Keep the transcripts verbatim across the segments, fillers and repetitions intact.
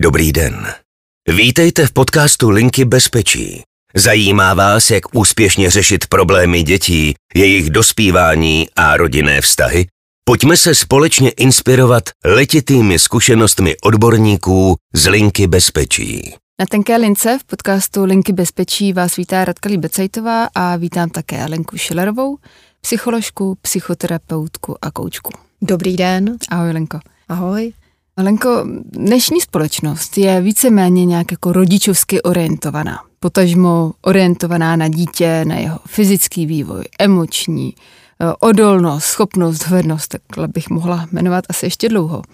Dobrý den. Vítejte v podcastu Linky bezpečí. Zajímá vás, jak úspěšně řešit problémy dětí, jejich dospívání a rodinné vztahy? Pojďme se společně inspirovat letitými zkušenostmi odborníků z Linky bezpečí. Na tenké lince v podcastu Linky bezpečí vás vítá Radka Líbecajtová a vítám také Lenku Schillerovou, psycholožku, psychoterapeutku a koučku. Dobrý den. Ahoj, Lenko. Ahoj. Lenko, dnešní společnost je víceméně nějak jako rodičovsky orientovaná. Potažmo orientovaná na dítě, na jeho fyzický vývoj, emoční, odolnost, schopnost, dovednost, takhle bych mohla jmenovat asi ještě dlouho.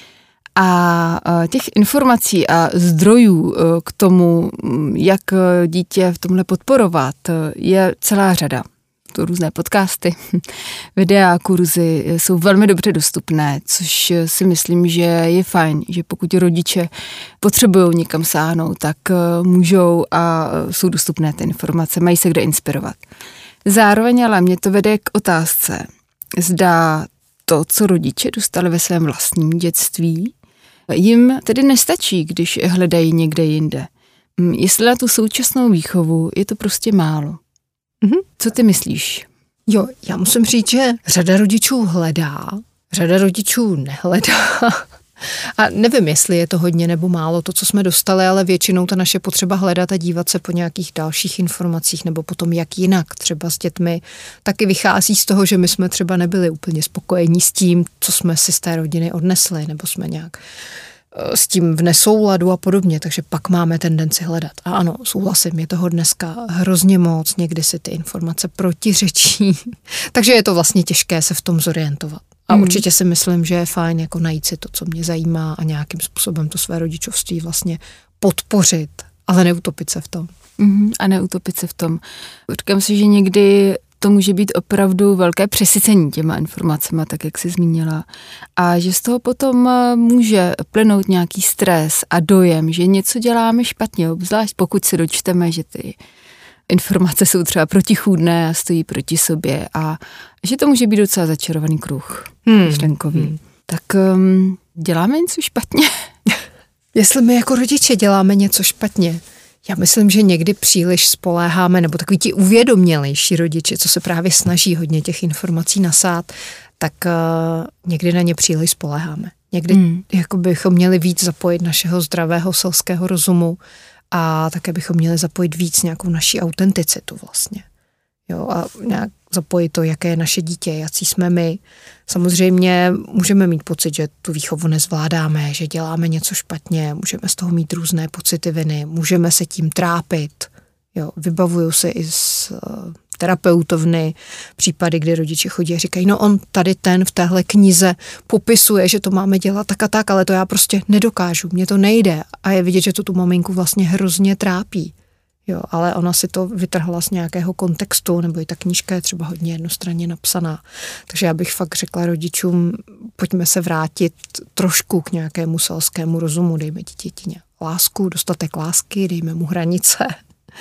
A těch informací a zdrojů k tomu, jak dítě v tomhle podporovat, je celá řada. To různé podcasty, videa, kurzy jsou velmi dobře dostupné, což si myslím, že je fajn, že pokud rodiče potřebují někam sáhnout, tak můžou a jsou dostupné ty informace, mají se kde inspirovat. Zároveň ale mě to vede k otázce, zda to, co rodiče dostali ve svém vlastním dětství, jim tedy nestačí, když hledají někde jinde. Jestli na tu současnou výchovu je to prostě málo. Mhm. Co ty myslíš? Jo, já musím říct, že řada rodičů hledá, řada rodičů nehledá. A nevím, jestli je to hodně nebo málo to, co jsme dostali, ale většinou ta naše potřeba hledat a dívat se po nějakých dalších informacích nebo potom jak jinak třeba s dětmi, taky vychází z toho, že my jsme třeba nebyli úplně spokojení s tím, co jsme si z té rodiny odnesli, nebo jsme nějak s tím v nesouladu a podobně, takže pak máme tendenci hledat. A ano, souhlasím, je toho dneska hrozně moc, někdy si ty informace protiřečí, takže je to vlastně těžké se v tom zorientovat. A hmm. určitě si myslím, že je fajn jako najít si to, co mě zajímá a nějakým způsobem to své rodičovství vlastně podpořit, ale neutopit se v tom. Mm, a neutopit se v tom. Říkám si, že někdy to může být opravdu velké přesycení těma informacemi, tak jak jsi zmínila. A že z toho potom může plynout nějaký stres a dojem, že něco děláme špatně, obzvlášť pokud se dočteme, že ty informace jsou třeba protichůdné a stojí proti sobě a že to může být docela začarovaný kruh myšlenkový. Hmm. Tak um, děláme něco špatně? Jestli my jako rodiče děláme něco špatně, já myslím, že někdy příliš spoléháme, nebo takový ti uvědomělejší rodiče, co se právě snaží hodně těch informací nasát, tak uh, někdy na ně příliš spoléháme. Někdy hmm. jako bychom měli víc zapojit našeho zdravého selského rozumu a také bychom měli zapojit víc nějakou naší autenticitu vlastně. Jo, a nějak zapojit to, jaké je naše dítě, jací jsme my. Samozřejmě můžeme mít pocit, že tu výchovu nezvládáme, že děláme něco špatně, můžeme z toho mít různé pocity viny, můžeme se tím trápit. Jo, vybavuju se i z uh, terapeutovny případy, kdy rodiče chodí a říkají, no on tady ten v téhle knize popisuje, že to máme dělat tak a tak, ale to já prostě nedokážu, mně to nejde. A je vidět, že to tu maminku vlastně hrozně trápí. Jo, ale ona si to vytrhla z nějakého kontextu, nebo i ta knížka je třeba hodně jednostranně napsaná. Takže já bych fakt řekla rodičům, pojďme se vrátit trošku k nějakému selskému rozumu, dejme dítěti lásku, dostatek lásky, dejme mu hranice.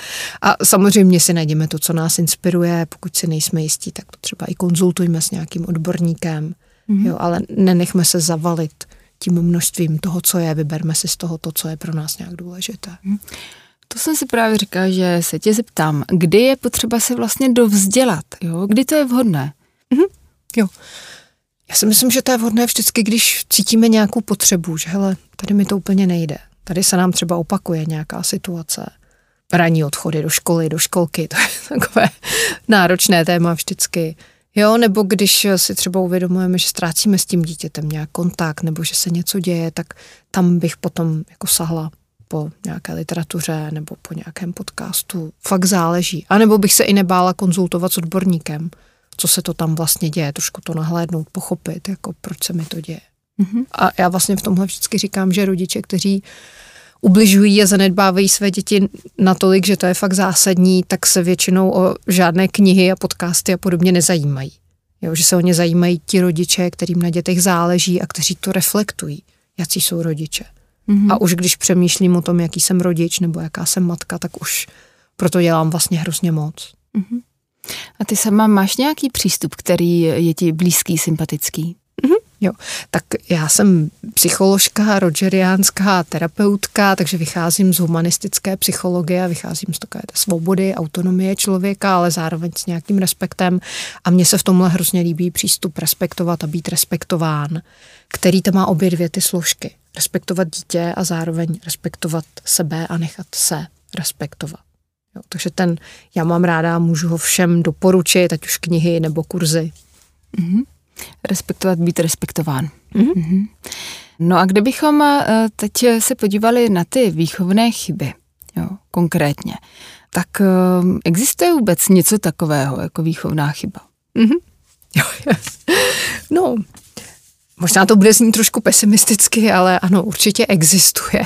A samozřejmě si najdeme to, co nás inspiruje, pokud si nejsme jistí, tak to třeba i konzultujme s nějakým odborníkem, mm-hmm. jo, ale nenechme se zavalit tím množstvím toho, co je, vyberme si z toho to, co je pro nás nějak důležité. Mm. To jsem si právě říkala, že se tě zeptám, kdy je potřeba se vlastně dovzdělat, jo? Kdy to je vhodné? Mm-hmm. Jo. Já si myslím, že to je vhodné vždycky, když cítíme nějakou potřebu, že hele, tady mi to úplně nejde. Tady se nám třeba opakuje nějaká situace. Ranní odchody do školy, do školky, to je takové náročné téma vždycky. Jo, nebo když si třeba uvědomujeme, že ztrácíme s tím dítětem nějak kontakt, nebo že se něco děje, tak tam bych potom jako sahla po nějaké literatuře nebo po nějakém podcastu. Fakt záleží. A nebo bych se i nebála konzultovat s odborníkem, co se to tam vlastně děje, trošku to nahlédnout, pochopit, jako proč se mi to děje. Mm-hmm. A já vlastně v tomhle vždycky říkám, že rodiče, kteří ubližují a zanedbávají své děti natolik, že to je fakt zásadní, tak se většinou o žádné knihy a podcasty a podobně nezajímají. Jo, že se o ně zajímají ti rodiče, kterým na dětech záleží a kteří to reflektují, jací jsou rodiče. Mm-hmm. A už když přemýšlím o tom, jaký jsem rodič nebo jaká jsem matka, tak už proto dělám vlastně hrozně moc. Mm-hmm. A ty sama máš nějaký přístup, který je ti blízký, sympatický? Mm-hmm. Jo, tak já jsem psycholožka, rogeriánská terapeutka, takže vycházím z humanistické psychologie a vycházím z takové svobody, autonomie člověka, ale zároveň s nějakým respektem a mně se v tomhle hrozně líbí přístup respektovat a být respektován, který to má obě dvě ty složky. Respektovat dítě a zároveň respektovat sebe a nechat se respektovat. Jo, takže ten já mám ráda, můžu ho všem doporučit, ať už knihy nebo kurzy. Mm-hmm. Respektovat, být respektován. Mm-hmm. No a kdybychom teď se podívali na ty výchovné chyby, jo, konkrétně, tak existuje vůbec něco takového jako výchovná chyba? Mm-hmm. Jo, no, možná to bude znít trošku pesimisticky, ale ano, určitě existuje.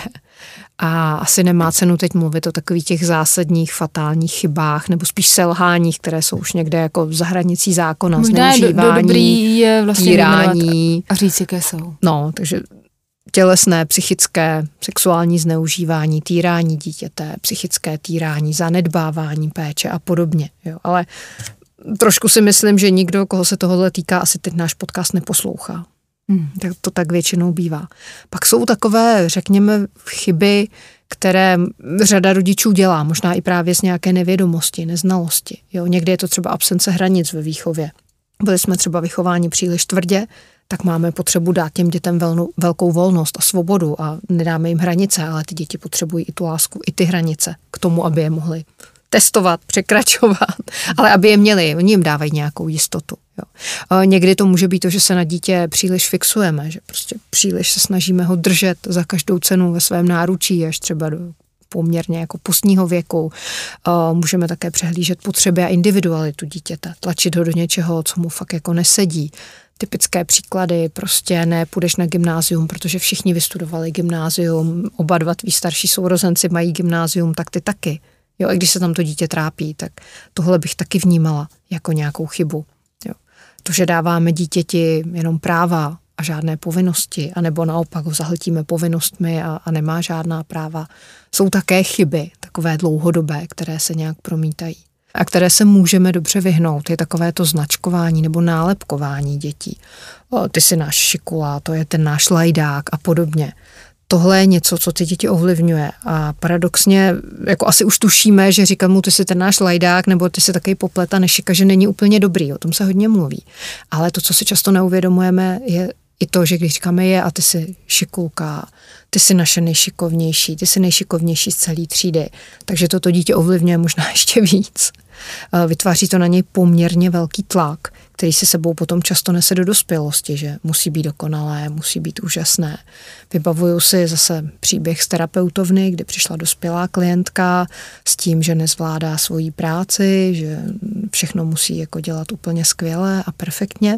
A asi nemá cenu teď mluvit o takových těch zásadních fatálních chybách nebo spíš selháních, které jsou už někde jako za hranicí zákona, možná zneužívání, do, do dobrý je vlastně týrání. A říct, jaké jsou. No, takže tělesné, psychické, sexuální zneužívání, týrání dítěte, psychické týrání, zanedbávání péče a podobně. Jo. Ale trošku si myslím, že nikdo, koho se tohle týká, asi teď náš podcast neposlouchá. Hmm, tak to tak většinou bývá. Pak jsou takové, řekněme, chyby, které řada rodičů dělá, možná i právě z nějaké nevědomosti, neznalosti. Jo, někdy je to třeba absence hranic ve výchově. Byli jsme třeba vychováni příliš tvrdě, tak máme potřebu dát těm dětem velnou, velkou volnost a svobodu a nedáme jim hranice, ale ty děti potřebují i tu lásku, i ty hranice k tomu, aby je mohli testovat, překračovat, ale aby je měli, oni jim dávají nějakou jistotu. Jo. Někdy to může být to, že se na dítě příliš fixujeme, že prostě příliš se snažíme ho držet za každou cenu ve svém náručí, až třeba do poměrně jako postního věku. Můžeme také přehlížet potřeby a individualitu dítěte, tlačit ho do něčeho, co mu fakt jako nesedí. Typické příklady, prostě ne, půjdeš na gymnázium, protože všichni vystudovali gymnázium, oba dva tví starší sourozenci mají gymnázium, tak ty taky. Jo, a když se tam to dítě trápí, tak tohle bych taky vnímala jako nějakou chybu. Jo. To, že dáváme dítěti jenom práva a žádné povinnosti, anebo naopak ho zahltíme povinnostmi a, a nemá žádná práva, jsou také chyby, takové dlouhodobé, které se nějak promítají a které se můžeme dobře vyhnout. Je takové to značkování nebo nálepkování dětí. O, ty jsi náš šikula, to je ten náš lajdák a podobně. Tohle je něco, co ty děti ovlivňuje a paradoxně, jako asi už tušíme, že říkat mu, ty jsi ten náš lajdák nebo ty jsi takový popleta nešika, že není úplně dobrý, o tom se hodně mluví. Ale to, co si často neuvědomujeme, je i to, že když říkáme je a ty jsi šikulka, ty jsi naše nejšikovnější, ty jsi nejšikovnější z celé třídy, takže toto dítě ovlivňuje možná ještě víc. Vytváří to na něj poměrně velký tlak, který si sebou potom často nese do dospělosti, že musí být dokonalé, musí být úžasné. Vybavuju si zase příběh z terapeutovny, kdy přišla dospělá klientka s tím, že nezvládá svoji práci, že všechno musí jako dělat úplně skvěle a perfektně.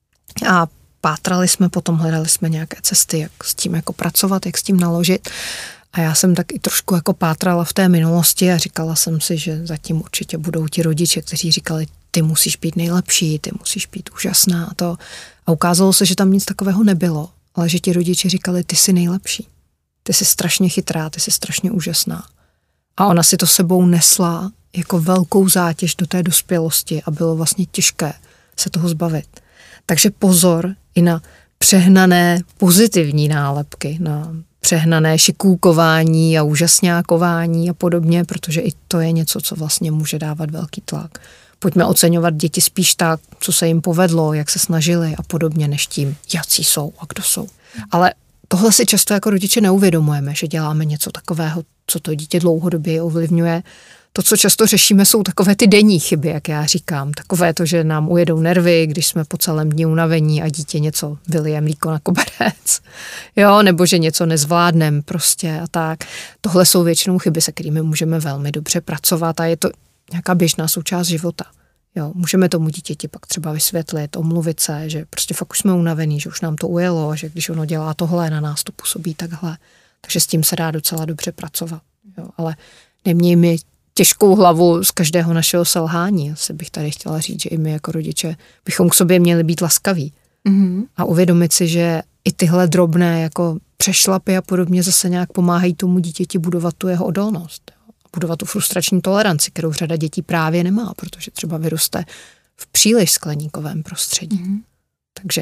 A pátrali jsme potom, hledali jsme nějaké cesty, jak s tím jako pracovat, jak s tím naložit. A já jsem tak i trošku jako pátrala v té minulosti a říkala jsem si, že zatím určitě budou ti rodiče, kteří říkali, ty musíš být nejlepší, ty musíš být úžasná a to. A ukázalo se, že tam nic takového nebylo, ale že ti rodiče říkali, ty jsi nejlepší, ty jsi strašně chytrá, ty jsi strašně úžasná. A ona si to sebou nesla jako velkou zátěž do té dospělosti a bylo vlastně těžké se toho zbavit. Takže pozor i na přehnané pozitivní nálepky, na přehnané šikůkování a úžasňákování a podobně, protože i to je něco, co vlastně může dávat velký tlak. Pojďme oceňovat děti spíš tak, co se jim povedlo, jak se snažili a podobně, než tím, jací jsou a kdo jsou. Ale tohle si často jako rodiče neuvědomujeme, že děláme něco takového, co to dítě dlouhodobě ovlivňuje. To, co často řešíme, jsou takové ty denní chyby, jak já říkám. Takové to, že nám ujedou nervy, když jsme po celém dni unavení a dítě něco vylije mlíko na koberec. Jo, nebo že něco nezvládneme prostě a tak. Tohle jsou většinou chyby, se kterými můžeme velmi dobře pracovat a je to nějaká běžná součást života. Jo, můžeme tomu dítěti pak třeba vysvětlit, omluvit se, že prostě fakt už jsme unavení, že už nám to ujelo, že když ono dělá tohle, na nás to působí takhle. Takže s tím se dá docela dobře pracovat. Jo, ale nemějme těžkou hlavu z každého našeho selhání. Asi bych tady chtěla říct, že i my jako rodiče bychom k sobě měli být laskaví. Mm-hmm. A uvědomit si, že i tyhle drobné jako přešlapy a podobně zase nějak pomáhají tomu dítěti budovat tu jeho odolnost. Budovat tu frustrační toleranci, kterou řada dětí právě nemá, protože třeba vyroste v příliš skleníkovém prostředí. Mm-hmm. Takže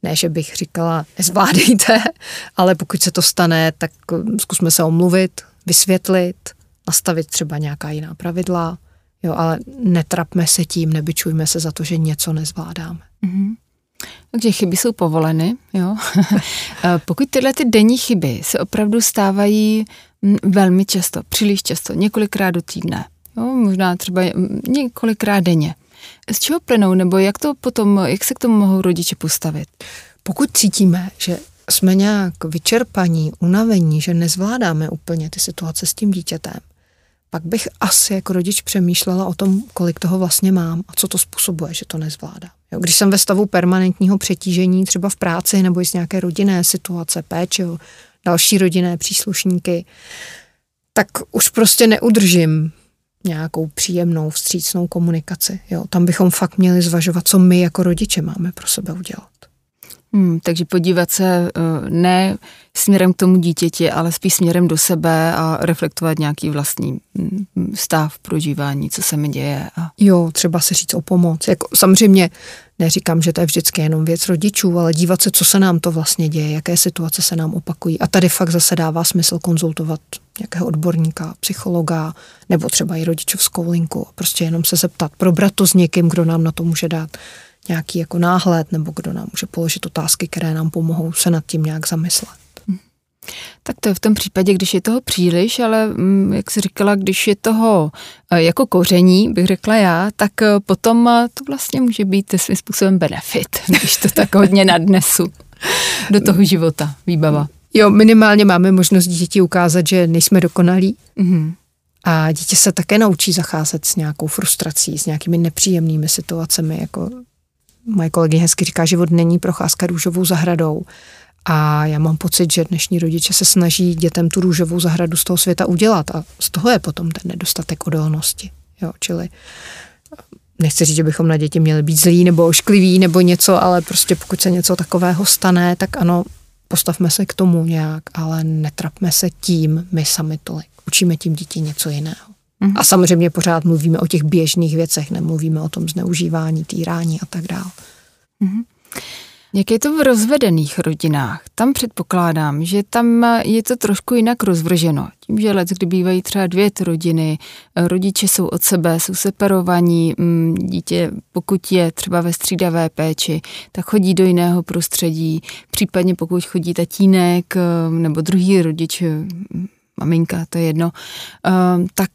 Ne, že bych říkala, nezvládejte, ale pokud se to stane, tak zkusme se omluvit, vysvětlit, nastavit třeba nějaká jiná pravidla, jo, ale netrapme se tím, nebičujme se za to, že něco nezvládáme. Mm-hmm. Takže chyby jsou povoleny, jo. Pokud tyhle ty denní chyby se opravdu stávají velmi často, příliš často, několikrát do týdne, jo, možná třeba několikrát denně. Z čeho plynou, nebo jak to potom, jak se k tomu mohou rodiče postavit? Pokud cítíme, že jsme nějak vyčerpaní, unavení, že nezvládáme úplně ty situace s tím dítětem, pak bych asi jako rodič přemýšlela o tom, kolik toho vlastně mám a co to způsobuje, že to nezvládám. Jo, když jsem ve stavu permanentního přetížení, třeba v práci nebo i z nějaké rodinné situace, péče, další rodinné příslušníky, tak už prostě neudržím nějakou příjemnou, vstřícnou komunikaci. Jo, tam bychom fakt měli zvažovat, co my jako rodiče máme pro sebe udělat. Hmm, takže podívat se ne směrem k tomu dítěti, ale spíš směrem do sebe a reflektovat nějaký vlastní stav prožívání, co se mi děje. A... Jo, třeba se říct o pomoc. Jako, samozřejmě neříkám, že to je vždycky jenom věc rodičů, ale dívat se, co se nám to vlastně děje, jaké situace se nám opakují. A tady fakt zase dává smysl konzultovat nějakého odborníka, psychologa, nebo třeba i rodičovskou linku. Prostě jenom se zeptat, probrat to s někým, kdo nám na to může dát nějaký jako náhled, nebo kdo nám může položit otázky, které nám pomohou se nad tím nějak zamyslet. Tak to je v tom případě, když je toho příliš, ale jak jsi říkala, když je toho jako koření, bych řekla já, tak potom to vlastně může být svým způsobem benefit, když to tak hodně nadnesu do toho života, výbava. Jo, minimálně máme možnost dítěti ukázat, že nejsme dokonalí. Mm-hmm. A dítě se také naučí zacházet s nějakou frustrací, s nějakými nepříjemnými situacemi, jako moje kolegyně hezky říká, život není procházka růžovou zahradou. A já mám pocit, že dnešní rodiče se snaží dětem tu růžovou zahradu z toho světa udělat a z toho je potom ten nedostatek odolnosti. Jo, čili nechci říct, že bychom na děti měli být zlí nebo oškliví nebo něco, ale prostě pokud se něco takového stane, tak ano, postavme se k tomu nějak, ale netrapme se tím my sami tolik. Učíme tím děti něco jiného. Mm-hmm. A samozřejmě pořád mluvíme o těch běžných věcech, nemluvíme o tom zneužívání, týrání a tak dále. Mm-hmm. Jak je to v rozvedených rodinách? Tam předpokládám, že tam je to trošku jinak rozvrženo. Tím, že let, kdy bývají třeba dvě ty rodiny, rodiče jsou od sebe, jsou separovaní, dítě, pokud je třeba ve střídavé péči, tak chodí do jiného prostředí, případně pokud chodí tatínek nebo druhý rodič, maminka, to je jedno, tak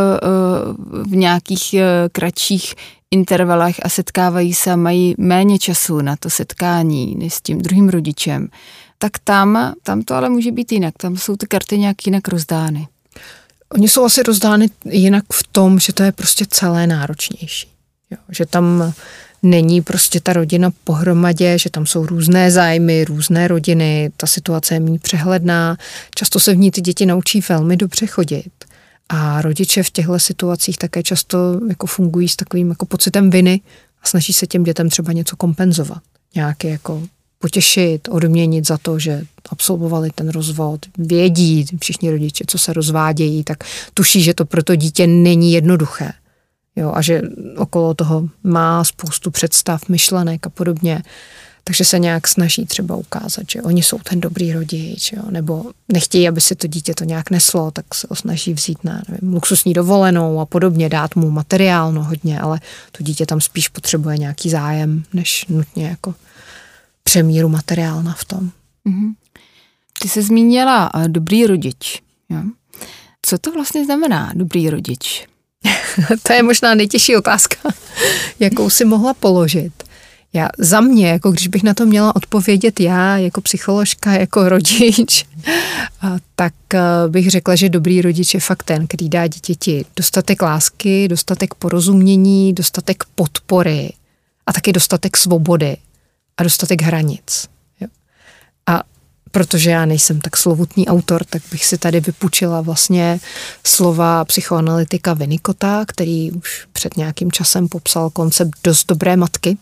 v nějakých kratších intervalech a setkávají se a mají méně času na to setkání než s tím druhým rodičem, tak tam, tam to ale může být jinak. Tam jsou ty karty nějak jinak rozdány. Oni jsou asi rozdány jinak v tom, že to je prostě celé náročnější. Jo, že tam není prostě ta rodina pohromadě, že tam jsou různé zájmy, různé rodiny, ta situace je méně přehledná. Často se v ní ty děti naučí velmi dobře chodit. A rodiče v těchto situacích také často jako fungují s takovým jako pocitem viny a snaží se těm dětem třeba něco kompenzovat. Nějaké jako potěšit, odměnit za to, že absolvovali ten rozvod, vědí všichni rodiče, co se rozvádějí, tak tuší, že to pro to dítě není jednoduché. Jo, a že okolo toho má spoustu představ, myšlenek a podobně. Takže se nějak snaží třeba ukázat, že oni jsou ten dobrý rodič, jo, nebo nechtějí, aby si to dítě to nějak neslo, tak se ho snaží vzít na nevím, luxusní dovolenou a podobně, dát mu materiálno hodně, ale to dítě tam spíš potřebuje nějaký zájem, než nutně jako přemíru materiálna v tom. Mm-hmm. Ty jsi zmínila dobrý rodič. Jo? Co to vlastně znamená dobrý rodič? To je možná nejtěžší otázka, jakou si mohla položit. Já za mě, jako když bych na to měla odpovědět já, jako psycholožka, jako rodič, tak bych řekla, že dobrý rodič je fakt ten, který dá dítěti dostatek lásky, dostatek porozumění, dostatek podpory a taky dostatek svobody a dostatek hranic. Jo. A protože já nejsem tak slovutný autor, tak bych si tady vypučila vlastně slova psychoanalytika Winnicota, který už před nějakým časem popsal koncept dost dobré matky.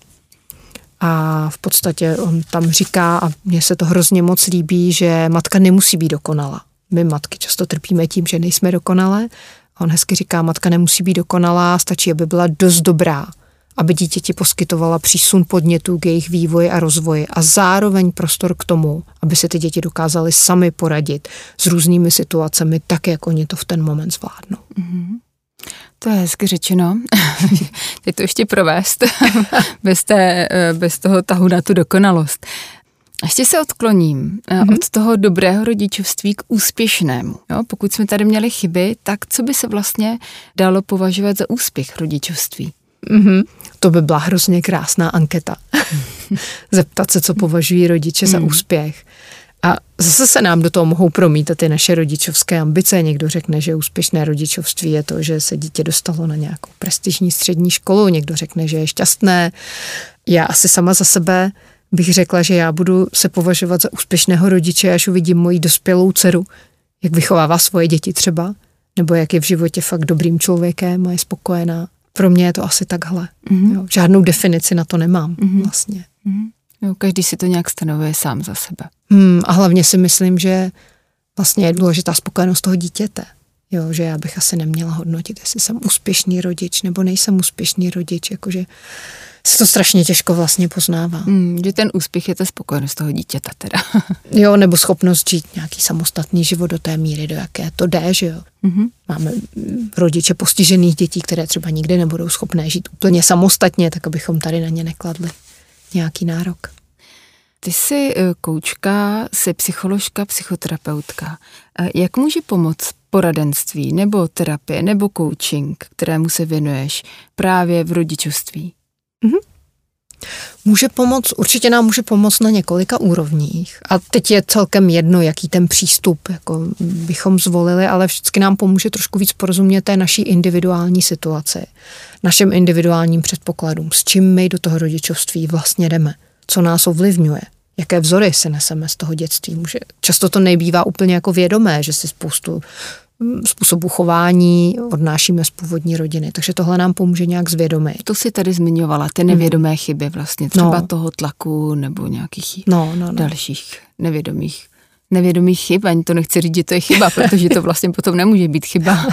A v podstatě on tam říká, a mně se to hrozně moc líbí, že matka nemusí být dokonalá. My matky často trpíme tím, že nejsme dokonalé. A on hezky říká, matka nemusí být dokonalá, stačí, aby byla dost dobrá, aby dítěti poskytovala přísun podnětů k jejich vývoji a rozvoji a zároveň prostor k tomu, aby se ty děti dokázaly sami poradit s různými situacemi, tak, jak oni to v ten moment zvládnou. Mm-hmm. To je hezky řečeno. Teď to ještě provést bez, té, bez toho tahu na tu dokonalost. Ještě se odkloním mm-hmm. od toho dobrého rodičovství k úspěšnému. Jo, pokud jsme tady měli chyby, tak co by se vlastně dalo považovat za úspěch rodičovství? Mm-hmm. To by byla hrozně krásná anketa. Zeptat se, co považují rodiče mm. za úspěch. A zase se nám do toho mohou promítat ty naše rodičovské ambice. Někdo řekne, že úspěšné rodičovství je to, že se dítě dostalo na nějakou prestižní střední školu. Někdo řekne, že je šťastné. Já asi sama za sebe bych řekla, že já budu se považovat za úspěšného rodiče, až uvidím moji dospělou dceru, jak vychovává svoje děti třeba, nebo jak je v životě fakt dobrým člověkem a je spokojená. Pro mě je to asi takhle. Mm-hmm. Jo, žádnou definici na to nemám mm-hmm. vlastně. Mm-hmm. Jo, každý si to nějak stanovuje sám za sebe. Hmm, a hlavně si myslím, že vlastně je důležitá spokojenost toho dítěte. Jo, že já bych asi neměla hodnotit, jestli jsem úspěšný rodič nebo nejsem úspěšný rodič, jakože se to strašně těžko vlastně poznává. Hmm, že ten úspěch je ta spokojenost toho dítěta teda. Jo, nebo schopnost žít nějaký samostatný život do té míry, do jaké to jde, že jo. Mm-hmm. Máme rodiče postižených dětí, které třeba nikdy nebudou schopné žít úplně samostatně, tak abychom tady na ně nekladli nějaký nárok. Ty jsi koučka, jsi psycholožka, psychoterapeutka. Jak může pomoct poradenství nebo terapie nebo coaching, kterému se věnuješ právě v rodičovství? Mm-hmm. Může pomoct, určitě nám může pomoct na několika úrovních. A teď je celkem jedno, jaký ten přístup jako bychom zvolili, ale vždycky nám pomůže trošku víc porozumět té naší individuální situaci, našim individuálním předpokladům, s čím my do toho rodičovství vlastně jdeme, co nás ovlivňuje, jaké vzory se neseme z toho dětství. Může, často to nebývá úplně jako vědomé, že si spoustu způsobu chování odnášíme z původní rodiny. Takže tohle nám pomůže nějak zvědomit. To si tady zmiňovala, ty nevědomé mm. chyby vlastně, třeba no. toho tlaku nebo nějakých no, no, no. dalších nevědomých, nevědomých chyb. Ani to nechci říct, že to je chyba, protože to vlastně potom nemůže být chyba.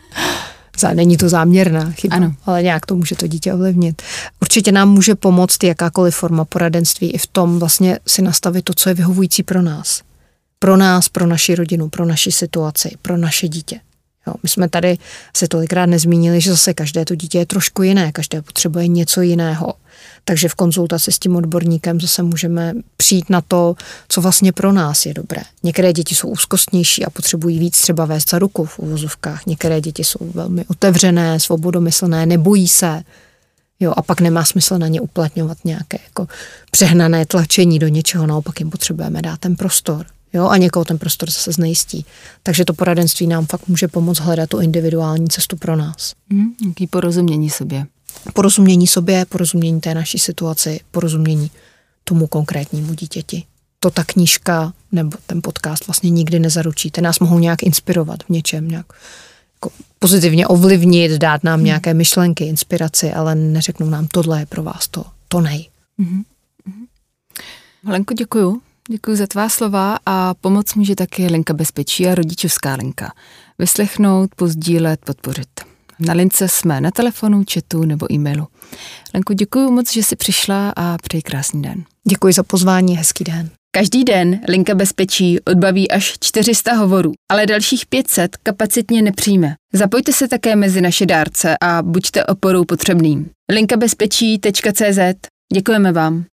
Není to záměrná chyba, ano. ale nějak to může to dítě ovlivnit. Určitě nám může pomoct jakákoliv forma poradenství i v tom vlastně si nastavit to, co je vyhovující pro nás. Pro nás, pro naši rodinu, pro naši situaci, pro naše dítě. Jo, my jsme tady se tolikrát nezmínili, že zase každé to dítě je trošku jiné, každé potřebuje něco jiného. Takže v konzultaci s tím odborníkem zase můžeme přijít na to, co vlastně pro nás je dobré. Některé děti jsou úzkostnější a potřebují víc třeba vést za ruku v uvozovkách. Některé děti jsou velmi otevřené, svobodomyslné, nebojí se. Jo, a pak nemá smysl na ně uplatňovat nějaké jako přehnané tlačení do něčeho, naopak jim potřebujeme dát ten prostor. Jo, a někoho ten prostor zase znejistí. Takže to poradenství nám fakt může pomoct hledat tu individuální cestu pro nás. Hmm, jaký porozumění sobě? Porozumění sobě, porozumění té naší situaci, porozumění tomu konkrétnímu dítěti. To ta knížka nebo ten podcast vlastně nikdy nezaručí. Ty nás mohou nějak inspirovat v něčem, nějak jako pozitivně ovlivnit, dát nám hmm. nějaké myšlenky, inspiraci, ale neřeknou nám, tohle je pro vás to, to nej. Hmm. Lenko, děkuju. Děkuji za tvá slova a pomoc může taky linka bezpečí a rodičovská linka. Vyslechnout, pozdílet, podpořit. Na lince jsme na telefonu, chatu nebo e-mailu. Lenko, děkuji moc, že jsi přišla a přeji krásný den. Děkuji za pozvání, hezký den. Každý den linka bezpečí odbaví až čtyři sta hovorů, ale dalších pět set kapacitně nepřijme. Zapojte se také mezi naše dárce a buďte oporou potřebným. linka bezpečí tečka cé zet. Děkujeme vám.